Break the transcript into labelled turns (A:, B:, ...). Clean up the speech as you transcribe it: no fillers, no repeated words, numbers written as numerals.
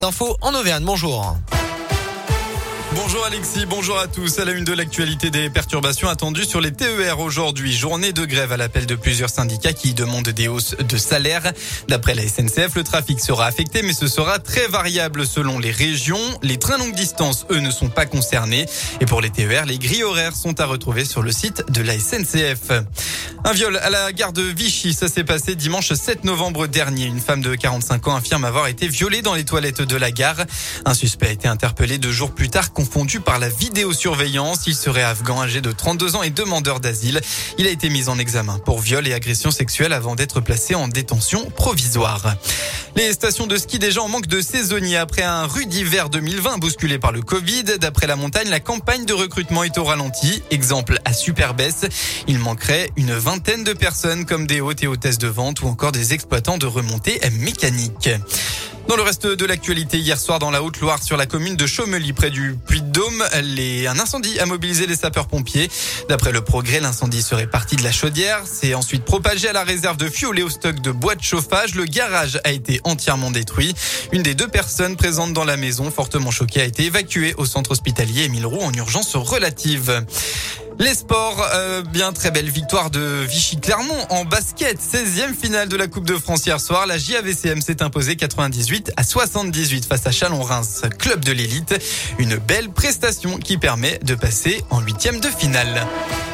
A: Info en Auvergne, bonjour.
B: Bonjour Alexis, bonjour à tous. À la une de l'actualité, des perturbations attendues sur les TER aujourd'hui. Journée de grève à l'appel de plusieurs syndicats qui demandent des hausses de salaire. D'après la SNCF, le trafic sera affecté, mais ce sera très variable selon les régions. Les trains longue distance, eux, ne sont pas concernés. Et pour les TER, les grilles horaires sont à retrouver sur le site de la SNCF. Un viol à la gare de Vichy, ça s'est passé dimanche 7 novembre dernier. Une femme de 45 ans affirme avoir été violée dans les toilettes de la gare. Un suspect a été interpellé 2 jours plus tard, confondu par la vidéosurveillance. Il serait afghan, âgé de 32 ans et demandeur d'asile. Il a été mis en examen pour viol et agression sexuelle avant d'être placé en détention provisoire. Les stations de ski déjà en manque de saisonniers après un rude hiver 2020 bousculé par le Covid. D'après la montagne, la campagne de recrutement est au ralenti. Exemple à Superbès. Il manquerait une vingtaine de personnes comme des hôtes et hôtesses de vente ou encore des exploitants de remontées mécaniques. Dans le reste de l'actualité, hier soir dans la Haute-Loire, sur la commune de Chaumely, près du Puy-de-Dôme, un incendie a mobilisé les sapeurs-pompiers. D'après le Progrès, l'incendie serait parti de la chaudière. C'est ensuite propagé à la réserve de fioul et au stock de bois de chauffage. Le garage a été entièrement détruit. Une des 2 personnes présentes dans la maison, fortement choquée, a été évacuée au centre hospitalier Émile Roux en urgence relative. Les sports, très belle victoire de Vichy-Clermont en basket. 16e finale de la Coupe de France hier soir. La JAVCM s'est imposée 98-78 face à Chalon-Reims, club de l'élite. Une belle prestation qui permet de passer en 8e de finale.